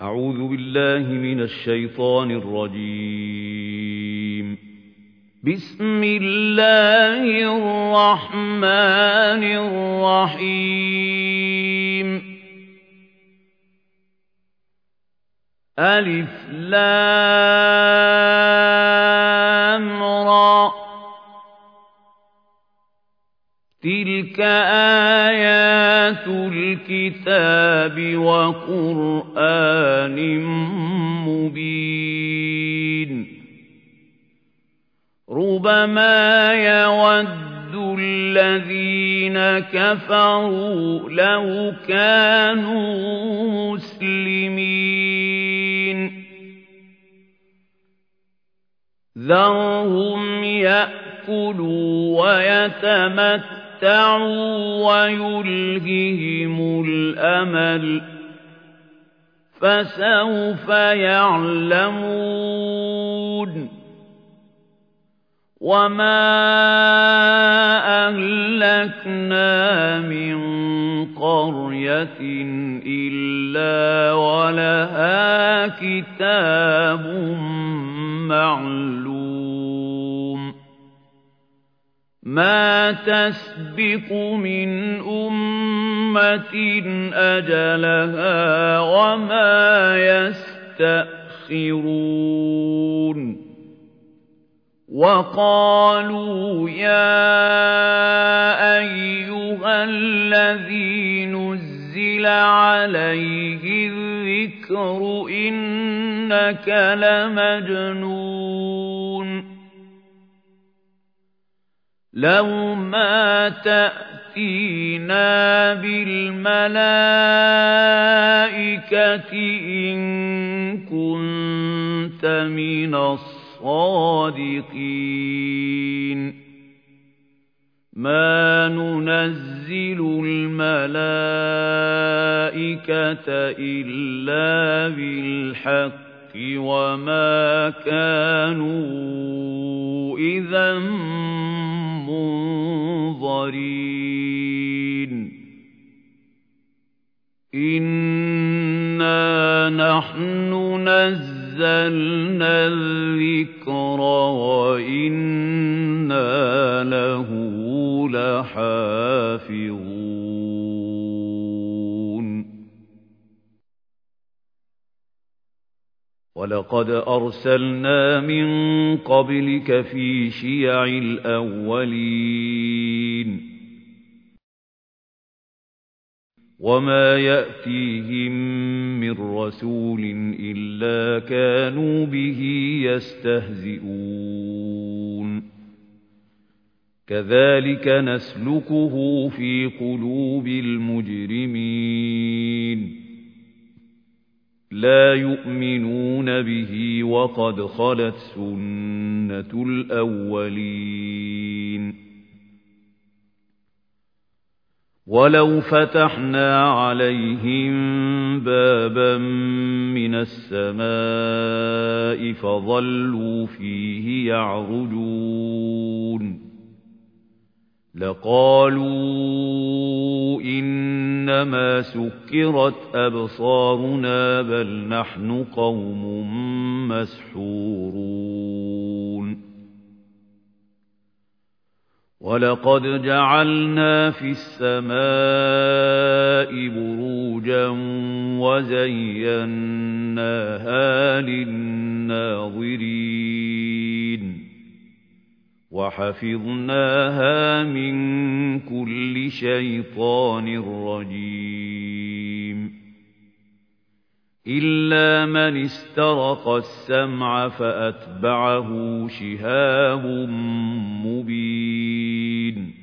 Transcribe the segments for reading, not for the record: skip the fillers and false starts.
أعوذ بالله من الشيطان الرجيم. بسم الله الرحمن الرحيم. ألف لام را تلك آيات الكتاب وقرآن مبين ربما يود الذين كفروا لو كانوا مسلمين ذرهم يأكلوا ويتمتعوا ويلههم الأمل فسوف يعلمون وما أهلكنا من قرية إلا ولها كتاب معلوم ما تسبق من أمة أجلها وما يستأخرون وقالوا يا أيها الذي نزل عليه الذكر إنك لمجنون لو ما تأتينا بالملائكة إن كنت من الصادقين ما ننزل الملائكة إلا بالحق وما كانوا إذا منظرين إنا نحن نزلنا الذكر وإنا له لحافظون ولقد أرسلنا من قبلك في شيع الأولين وما يأتيهم من رسول إلا كانوا به يستهزئون كذلك نسلكه في قلوب المجرمين لا يؤمنون به وقد خلت سنة الأولين ولو فتحنا عليهم بابا من السماء فظلوا فيه يعرجون لقالوا إنما سكرت أبصارنا بل نحن قوم مسحورون ولقد جعلنا في السماء بروجا وزيناها للناظرين وحفظناها من كل شيطان رجيم إلا من استرق السمع فأتبعه شهاب مبين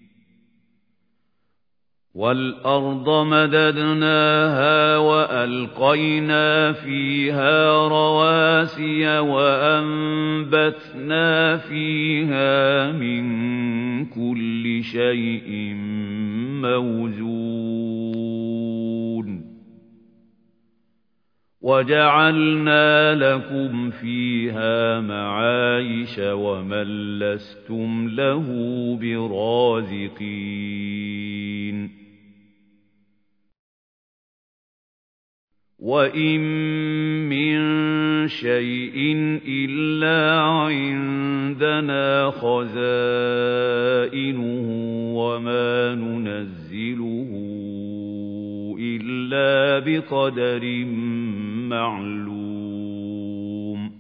والأرض مددناها وألقينا فيها رواسي وأنبتنا فيها من كل شيء موزون وجعلنا لكم فيها معايش ومن لستم له برازقين وَإِن مِّن شَيْءٍ إِلَّا عِندَنَا خَزَائِنُهُ وَمَا نُنَزِّلُهُ إِلَّا بِقَدَرٍ مَّعْلُومٍ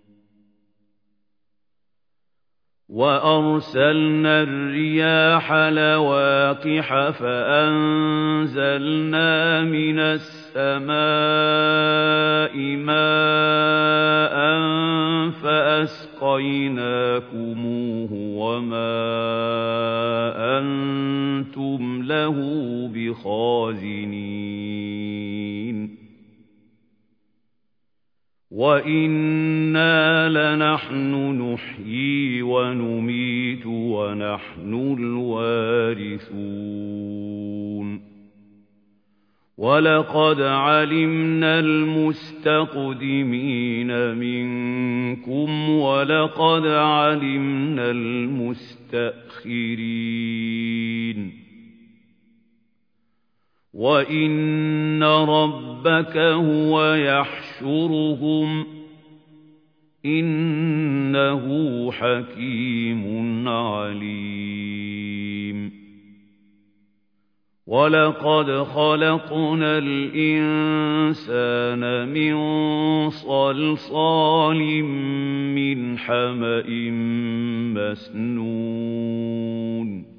وَأَرْسَلْنَا الرِّيَاحَ لَوَاقِحَ فَأَنزَلْنَا مِنَ السَّمَاءِ مَاءً فَأَسْقَيْنَاكُمُوهُ وَمَا أَنتُمْ لَهُ بِخَازِنِينَ وَإِنَّا لَنَحْنُ نُحْيِي وَنُمِيتُ وَنَحْنُ الْوَارِثُونَ وَلَقَدْ عَلِمْنَا الْمُسْتَقْدِمِينَ مِنكُمْ وَلَقَدْ عَلِمْنَا الْمُسْتَأْخِرِينَ وَإِنَّ رَبَّكَ هُوَ يَحْشُرُهُمْ ۚ إِنَّهُ حَكِيمٌ عَلِيمٌ وَلَقَدْ خَلَقْنَا الْإِنسَانَ مِنْ صَلْصَالٍ مِّنْ حَمَإٍ مَّسْنُونٍ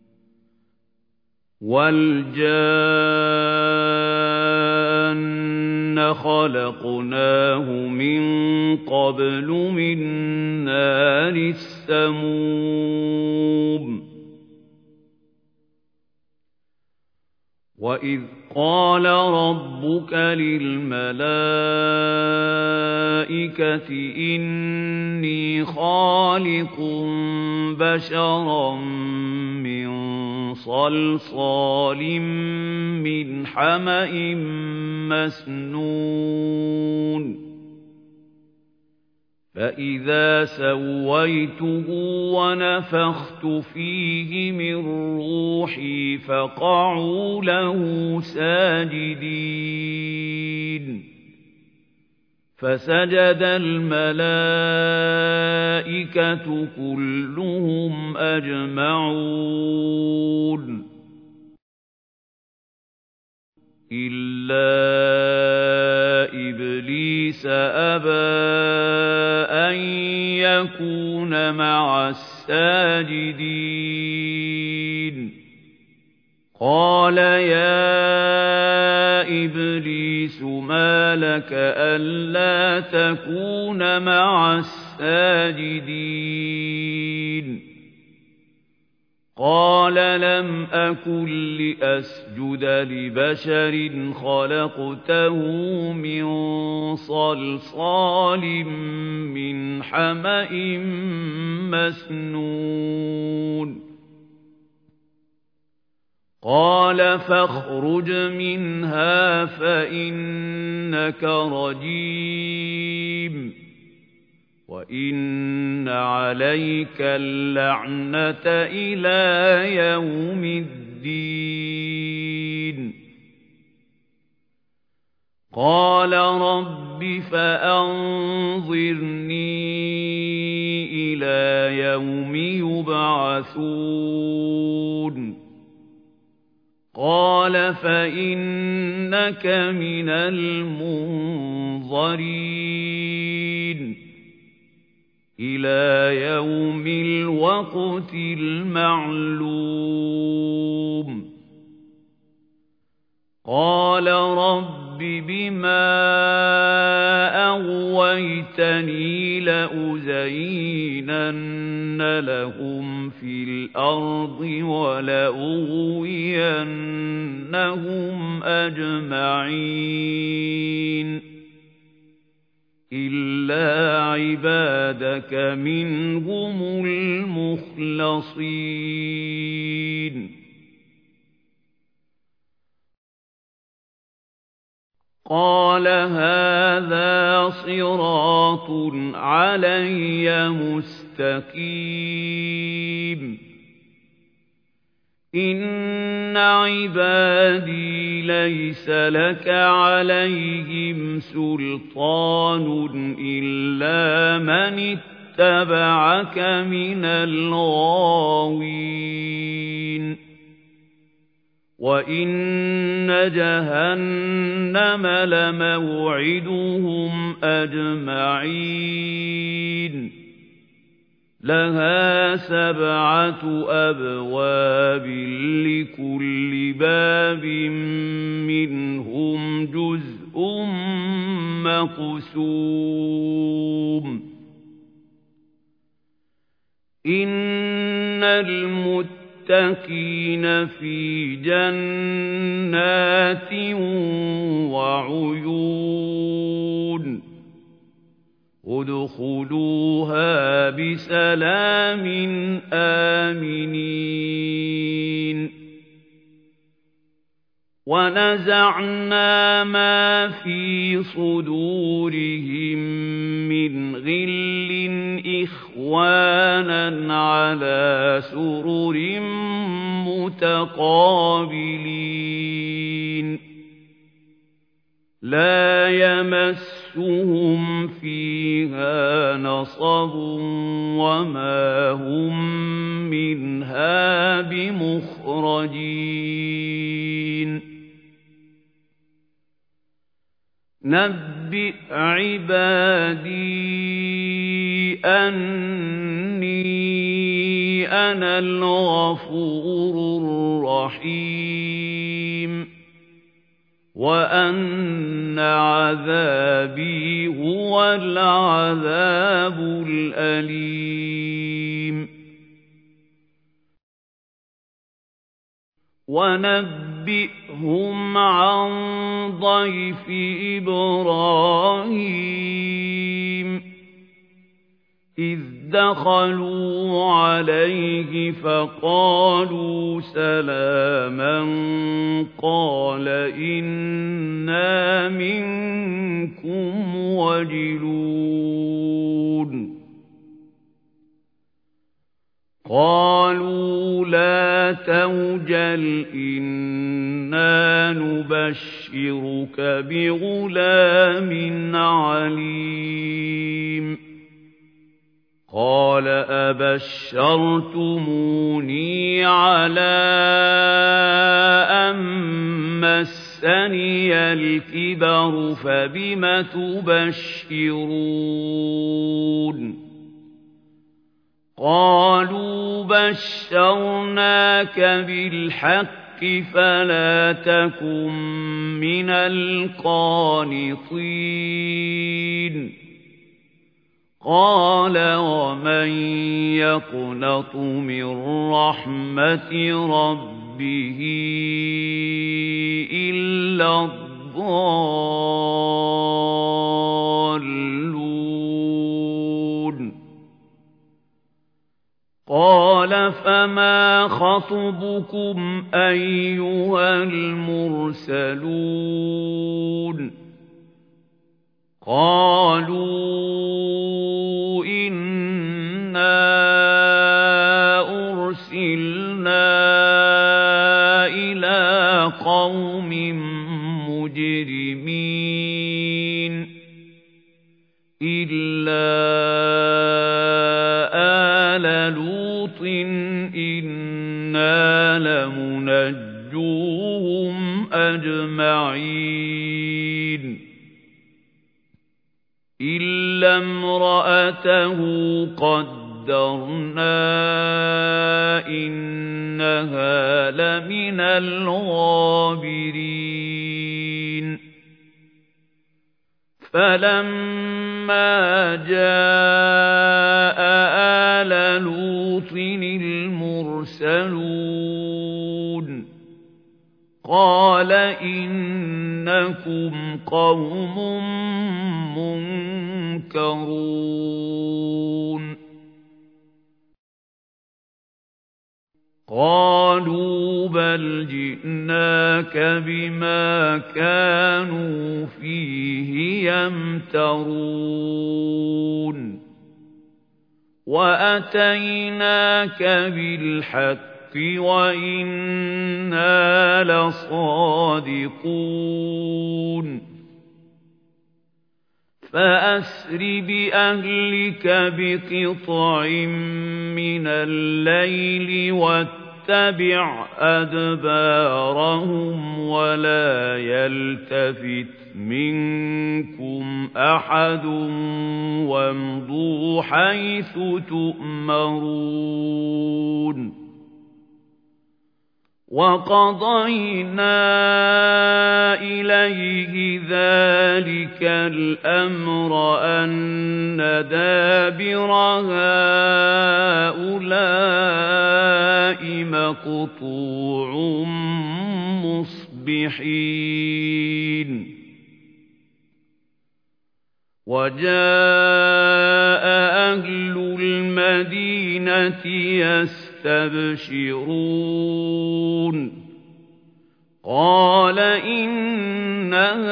وَالْجَانَّ خَلَقْنَاهُ مِن قَبْلُ مِن نَّارِ السَّمُومِ وَإِذْ قَالَ رَبُّكَ لِلْمَلَائِكَةِ إِنِّي خَالِقٌ بَشَرًا مِّن صَلْصَالٍ مِّنْ حَمَإٍ مَّسْنُونٍ فَإِذَا سَوَّيْتُهُ وَنَفَخْتُ فِيهِ مِن رُّوحِي فَقَعُوا لَهُ سَاجِدِينَ فَسَجَدَ الْمَلَائِكَةُ كُلُّهُمْ أَجْمَعُونَ إِلَّا إِبْلِيسَ أَبَىٰ أَن يَكُونَ مَعَ السَّاجِدِينَ قَالَ يَا إِبْلِيسُ مَا لَكَ أَلَّا تَكُونَ مَعَ السَّاجِدِينَ قَالَ لَمْ أَكُن لِّأَسْجُدَ لِبَشَرٍ خَلَقْتَهُ مِن صَلْصَالٍ مِّنْ حَمَإٍ مَّسْنُونٍ قَالَ فَاخْرُجْ مِنْهَا فَإِنَّكَ رَجِيمٌ وَإِنَّ عَلَيْكَ اللَّعْنَةَ إِلَىٰ يَوْمِ الدِّينِ قَالَ رَبِّ فَأَنظِرْنِي إِلَىٰ يَوْمِ يُبْعَثُونَ قَالَ فَإِنَّكَ مِنَ الْمُنظَرِينَ إِلَىٰ يَوْمِ الْوَقْتِ الْمَعْلُومِ قَالَ رَبِّ بِمَا أَغْوَيْتَنِي لَأُزَيِّنَنَّ لَهُمْ فِي الْأَرْضِ وَلَأُغْوِيَنَّهُمْ أَجْمَعِينَ إِلَّا عِبَادَكَ مِنْهُمُ الْمُخْلَصِينَ قَالَ هَٰذَا صِرَاطٌ عَلَيَّ مُسْتَقِيمٌ إن عبادي ليس لك عليهم سلطان إلا من اتبعك من الغاوين وإن جهنم لموعدهم أجمعين لها 7 أبواب لكل باب منهم جزء مقسوم إن المتقين في جنات وعيون ادخلوها بسلام آمنين ونزعنا ما في صدورهم من غل إخوانا على سرر متقابلين لا يمسهم فيها نصب وما هم منها بمخرجين نبئ عبادي أني أنا الغفور الرحيم وأن عذابي هو العذاب الأليم ونبئهم عن ضيف إبراهيم إذ دخلوا عليه فقالوا سلاما قال إنا منكم وجلون قالوا لا توجل إنا نبشرك بغلام عليم قال أبشرتموني على أن مسني الكبر فبم تبشرون قالوا بشرناك بالحق فلا تكن من القانطين قال ومن يقنط من رحمة ربه إلا الضالون قال فما خطبكم أيها المرسلون قالوا إنا أرسلنا إلى قوم مجرمين إلا آل لوط إنا لمنجوهم أجمعين إلا امرأته قدرنا إنها لمن الغابرين فلما جاء آل لوط المرسلون قال إنكم قوم منكرون قالوا بل جئناك بما كانوا فيه يمترون وأتيناك بالحق وَإِنَّا لَصَادِقُونَ فَأَسْرِ بِأَهْلِكَ بِقِطْعٍ مِّنَ اللَّيْلِ وَاتَّبِعْ أَدْبَارَهُمْ وَلَا يَلْتَفِتْ مِنكُمْ أَحَدٌ وَامْضُوا حَيْثُ تُؤْمَرُونَ وَقَضَيْنَا إِلَيْهِ ذَلِكَ الْأَمْرَ أَنَّ دَابِرَ هَٰؤُلَاءِ مَقْطُوعٌ مُّصْبِحِينَ وَجَاءَ أَهْلُ الْمَدِينَةِ يَسْتَبْشِرُونَ قَالَ إِنَّ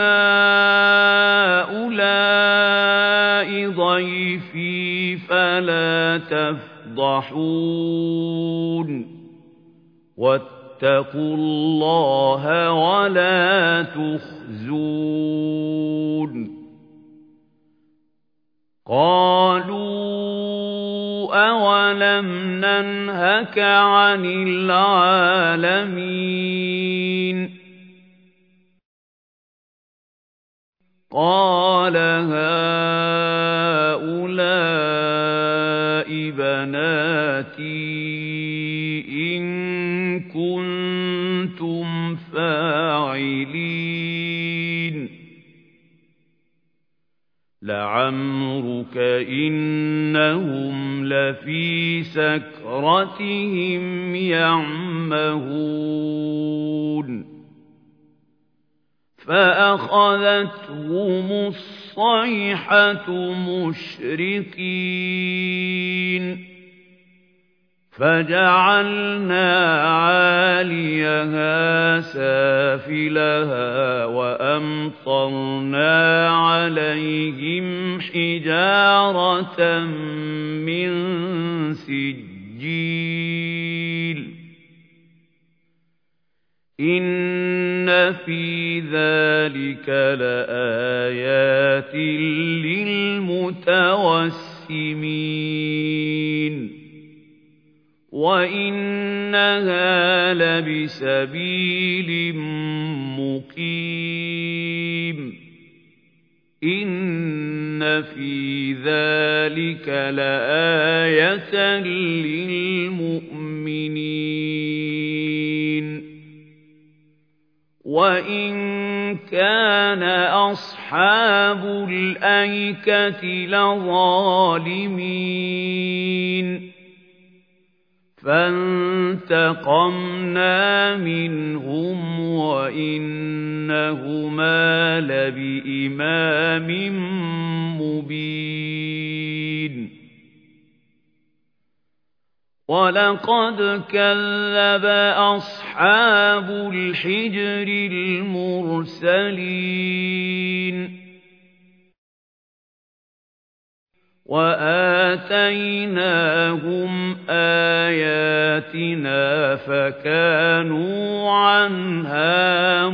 هَٰؤُلَاءِ ضَيْفِي فَلَا تَفْضَحُونِ وَاتَّقُوا اللَّهَ وَلَا تُخْزُونِ قَالُوا أَوَلَمْ نَنْهَكَ عَنِ الْعَالَمِينَ قَالَ هَٰؤُلَاءِ بَنَاتِي إِن كُنتُمْ فَاعِلِينَ لَعَمْرُكَ إِنَّهُمْ لَفِي سَكْرَتِهِمْ يَعْمَهُونَ فَأَخَذَتْهُمُ الصَّيْحَةُ مُشْرِقِينَ فَجَعَلْنَا عَالِيَهَا سَافِلَهَا وَأَمْطَرْنَا عَلَيْهِمْ حِجَارَةً مِّن سِجِّيلٍ إِنَّ فِي ذَلِكَ لَآيَاتٍ لِّلْمُتَوَسِّمِينَ وَإِنَّهَا لَبِسَبِيلٍ مُّقِيمٍ إِنَّ فِي ذَلِكَ لَآيَةً لِّلْمُؤْمِنِينَ وَإِن كَانَ أَصْحَابُ الْأَيْكَةِ لَظَالِمِينَ فَانتَقَمْنَا مِنْهُمْ وَإِنَّهُمَا لَبِإِمَامٍ مُّبِينٍ وَلَقَدْ كَذَّبَ أَصْحَابُ الْحِجْرِ الْمُرْسَلِينَ وَآتَيْنَاهُمْ آيَاتِنَا فَكَانُوا عَنْهَا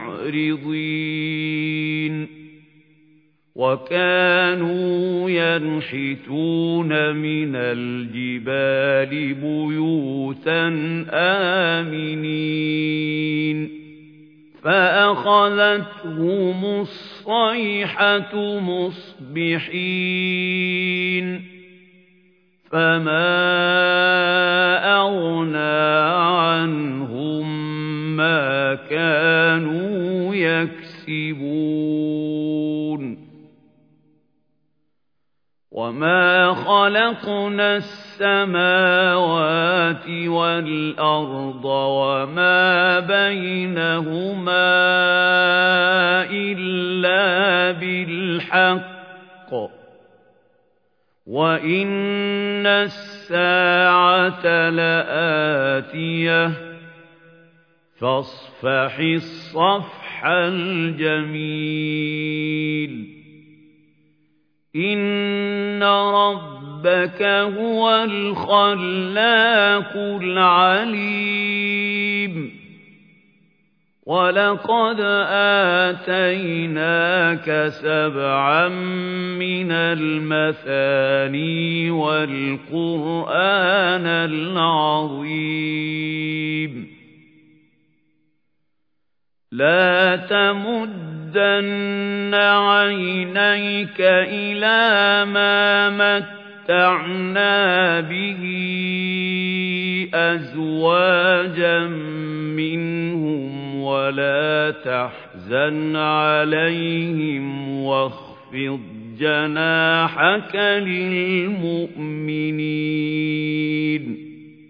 مُعْرِضِينَ وَكَانُوا يَنْحِتُونَ مِنَ الْجِبَالِ بُيُوتًا آمِنِينَ فَأَخَذَتْهُمُ الصَّيْحَةُ مُصْبِحِينَ فَمَا أَغْنَىٰ عَنْهُم مَّا كَانُوا يَكْسِبُونَ وَمَا خَلَقْنَا السَّمَاوَاتِ وَالْأَرْضَ وَمَا بَيْنَهُمَا إِلَّا بِالْحَقِّ وَإِنَّ السَّاعَةَ لَآتِيَةٌ فَاصْفَحِ الصَّفْحَ الْجَمِيلَ إِنَّ رَبَّكَ رَبَّكَ هُوَ الْخَلَّاقُ الْعَلِيمُ وَلَقَدْ آتَيْنَاكَ سَبْعًا مِنَ الْمَثَانِي وَالْقُرْآنَ الْعَظِيمَ لَا تَمُدَّنَّ عَيْنَيْكَ إِلَىٰ مَا مَتَّعْنَا بِهِ أَزْوَاجًا مِّنْهُمْ وَلَا تَحْزَنْ عَلَيْهِمْ وَاخْفِضْ جَنَاحَكَ لِلْمُؤْمِنِينَ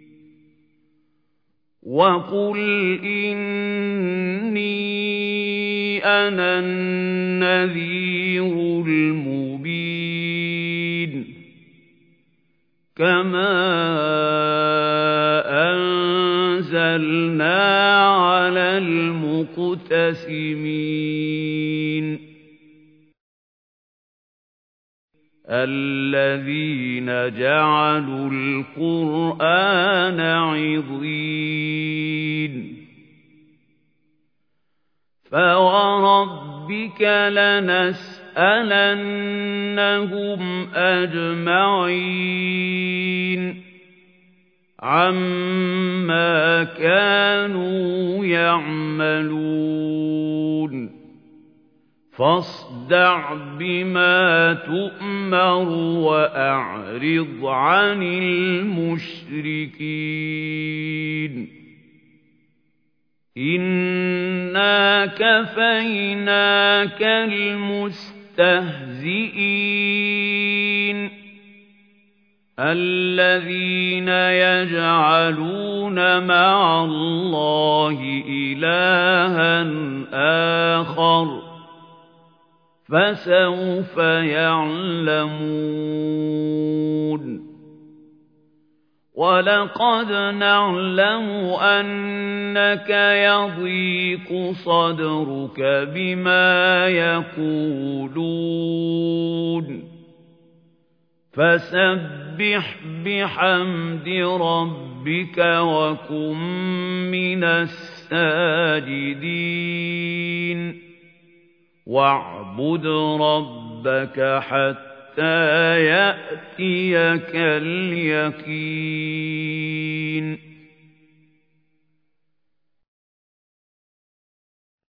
وَقُلْ إِنِّي أَنَا النَّذِيرُ الْمُبِينُ كَمَا أَنزَلْنَا عَلَى الْمُقْتَسِمِينَ الَّذِينَ جَعَلُوا الْقُرْآنَ عِضِينَ فَوَرَبِّكَ لَنَسْأَلَنَّهُمْ أَجْمَعِينَ عَمَّا كَانُوا يَعْمَلُونَ فاصدع بما تؤمر وأعرض عن المشركين إنا كفيناك المستهزئين الذين يجعلون مع الله إلها آخر فسوف يعلمون ولقد نعلم أنك يضيق صدرك بما يقولون فسبح بحمد ربك وكن من الساجدين واعبد ربك حتى يأتيك اليقين